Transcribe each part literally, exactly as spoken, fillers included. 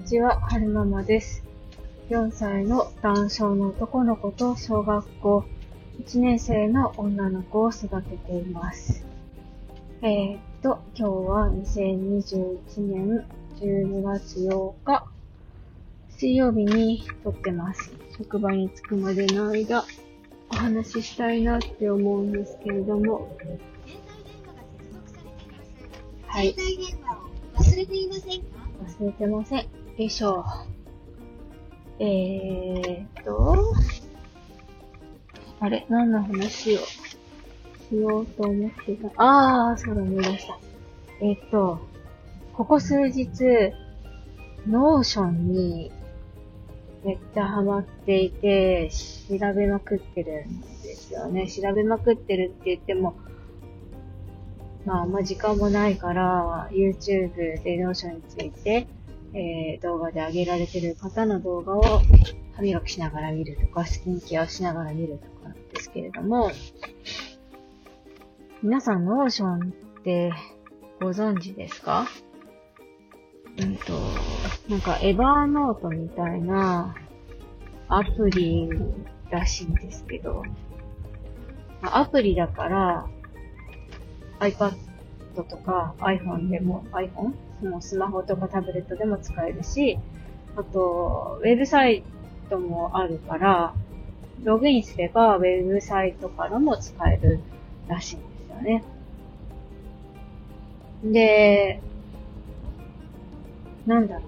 ちは、はるままです。よんさいの男性の男の子と小学校いちねん生の女の子を育てています。えー、っと、今日はにせんにじゅういちねんじゅうにがつようか、水曜日に撮ってます。職場に着くまでの間、お話ししたいなって思うんですけれども。はい。 携帯電話を忘れていませんか？ 忘れてません。よいしょ。えーっと、あれ、何の話をしようと思ってた。あー、そうだ、思い出した。えーっと、ここ数日、ノーションにめっちゃハマっていて、調べまくってるんですよね。調べまくってるって言っても、まあ、あんま時間もないから、YouTube でノーションについて、えー、動画で上げられてる方の動画を歯磨きしながら見るとか、スキンケアしながら見るとかなんですけれども、皆さんノーションってご存知ですか？うんと、なんかエバーノートみたいなアプリらしいんですけど、アプリだから、iPad とか iPhone でも iPhone? もうスマホとかタブレットでも使えるし、あと、ウェブサイトもあるから、ログインすればウェブサイトからも使えるらしいんですよね。で、なんだろ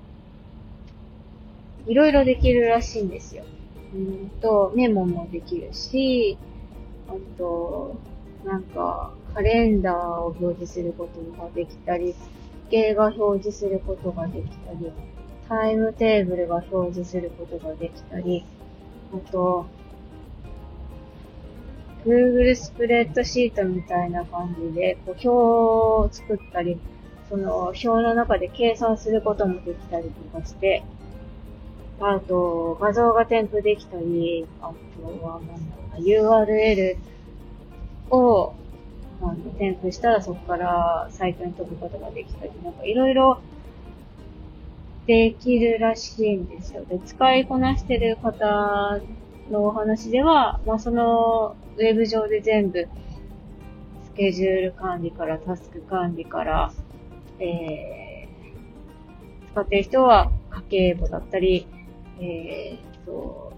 う。いろいろできるらしいんですよ。うんと、メモもできるし、あと、なんか、カレンダーを表示することができたり、時計が表示することができたり、タイムテーブルが表示することができたり、あと、Google スプレッドシートみたいな感じで、こう表を作ったり、その表の中で計算することもできたりとかして、あと、画像が添付できたり、あとは、なんだろうな、ユーアールエル をあの添付したらそこからサイトに飛ぶことができたり、なんかいろいろできるらしいんですよ。で、使いこなしてる方のお話では、まあ、そのウェブ上で全部スケジュール管理からタスク管理から、えー、使ってる人は家計簿だったり、えーと、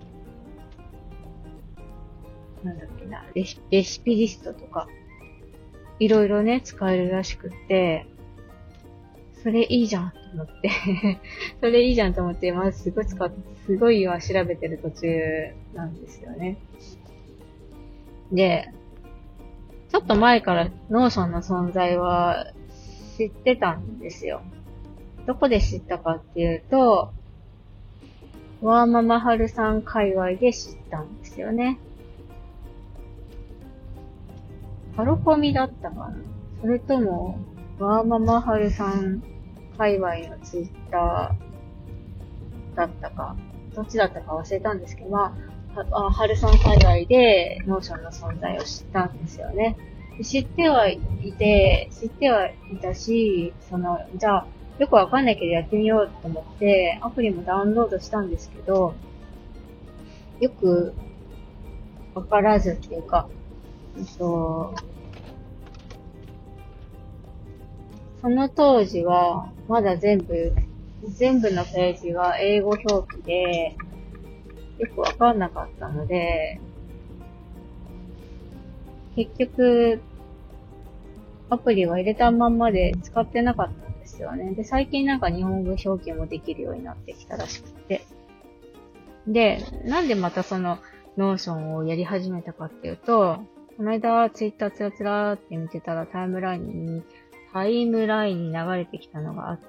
なんだっけな、レシ、レシピリストとか、いろいろね、使えるらしくって、それいいじゃんと思って、それいいじゃんと思って、まずすごい使って、すごい今調べてる途中なんですよね。で、ちょっと前からノーションの存在は知ってたんですよ。どこで知ったかっていうと、ワーママハルさん界隈で知ったんですよね。ハロコミだったかな？それとも、ワーママハルさん界隈のツイッターだったか、どっちだったか忘れたんですけど、まあ、ハルさん界隈でノーションの存在を知ったんですよね。知ってはいて、知ってはいたし、その、じゃあ、よくわかんないけどやってみようと思って、アプリもダウンロードしたんですけど、よくわからずっていうか、えっと、その当時は、まだ全部、全部のページが英語表記で、よくわかんなかったので、結局、アプリは入れたまんまで使ってなかったんですよね。で、最近なんか日本語表記もできるようになってきたらしくて。で、なんでまたその、ノーションをやり始めたかっていうと、この間ツイッターつらつらって見てたらタイムラインに、タイムラインに流れてきたのがあって、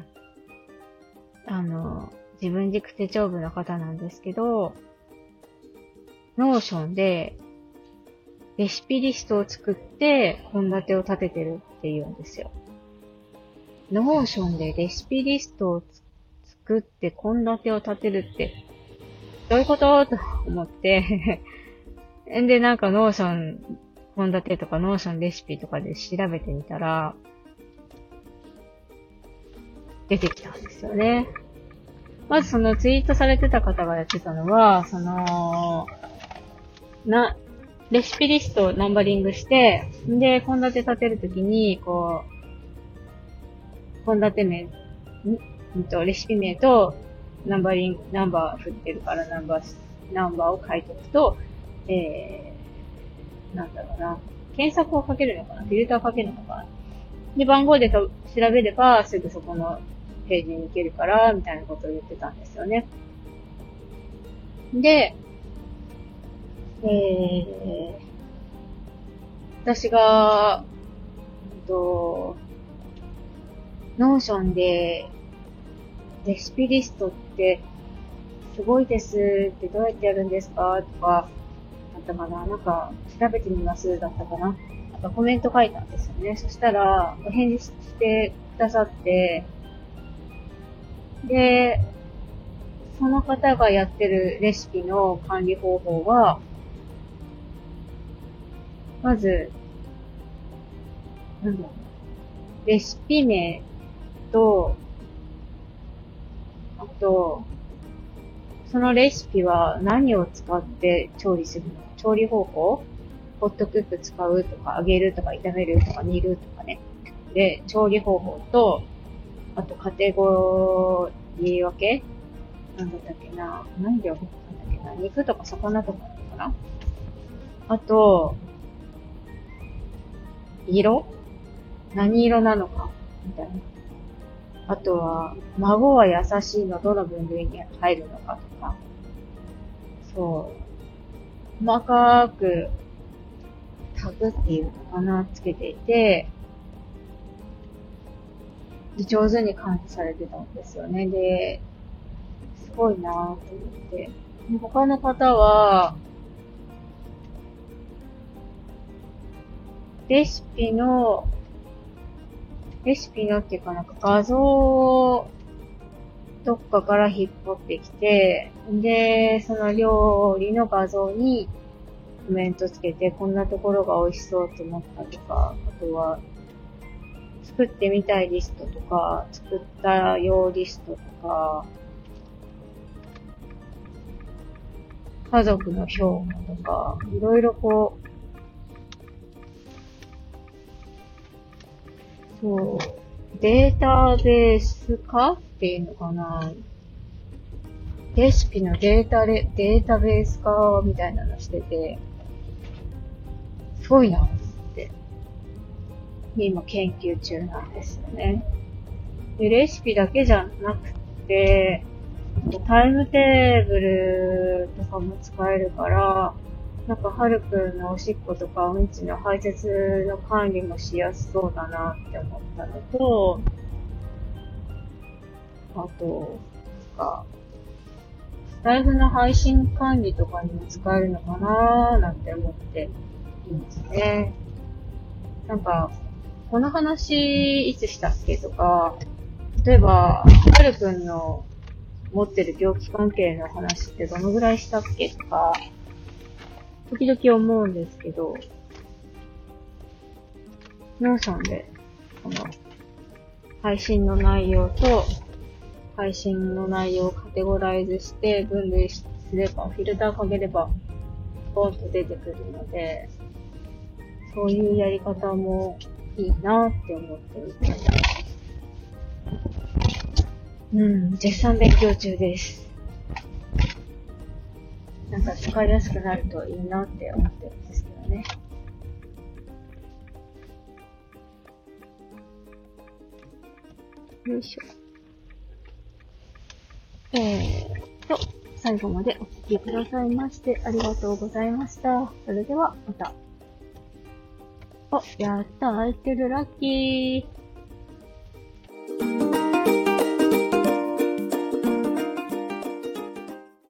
あの、自分軸手帳部の方なんですけど、ノーションでレシピリストを作って献立を立ててるって言うんですよ。ノーションでレシピリストを作って献立を立てるってどういうことと思ってで、なんかノーション献立とかノーションレシピとかで調べてみたら出てきたんですよね。 まずそのツイートされてた方がやってたのは、その、な、レシピリストをナンバリングして、で、献立立てるときに、こう、献立名、んんと、レシピ名と、ナンバリング、ナンバー振ってるからナンバー、ナンバーを書いておくと、えー、なんだろうな。検索をかけるのかな、フィルターをかけるのかな。で、番号で調べれば、すぐそこのページに行けるから、みたいなことを言ってたんですよね。で、えー、私が、えっと、ノーションで、レシピリストってすごいですってどうやってやるんですかとか、だったかななんか、調べてみますだったかななんかコメント書いたんですよね。そしたら、お返事してくださって、で、その方がやってるレシピの管理方法は、まず、なんだろう、レシピ名と、あと、そのレシピは何を使って調理するの？調理方法？ホットクック使うとか、揚げるとか、炒めるとか、煮るとかね。で、調理方法と、あとカテゴリー分け？なんだったっけな？何で分けたんだっけな？肉とか魚とかなのかな？あと、色？何色なのかみたいな。あとは、孫は優しいのどの分類に入るのかとか。そう。細かくタグっていうのかなつけていて、で上手に管理されてたんですよね。で、すごいなぁと思って。他の方は、レシピの、レシピのっていうかなんか画像をどっかから引っ張ってきて、で、その料理の画像にコメントつけて、こんなところが美味しそうと思ったとか、あとは、作ってみたいリストとか、作った用リストとか、家族の評価とか、いろいろこう、そう、データベース化っていうのかな。レシピのデータレ、データベース化みたいなのしてて、すごいなって。今研究中なんですよね。で、レシピだけじゃなくて、タイムテーブルとかも使えるから、なんか、はるくんのおしっことかうんちの排泄の管理もしやすそうだなって思ったのと、あと、か、スタイフの配信管理とかにも使えるのかなーなんて思っていますね。なんか、この話いつしたっけとか、例えば、はるくんの持ってる病気関係の話ってどのぐらいしたっけとか、時々思うんですけど、ノーションで、この、配信の内容と、配信の内容をカテゴライズして分類すれば、フィルターかければ、ポンと出てくるので、そういうやり方もいいなって思ってる。うん、絶賛勉強中です。なんか使いやすくなるといいなって思ってるんですけどね。よいしょ。えーと、最後までお聞きくださいましてありがとうございました。それではまた。お、やった、空いてる、ラッキー。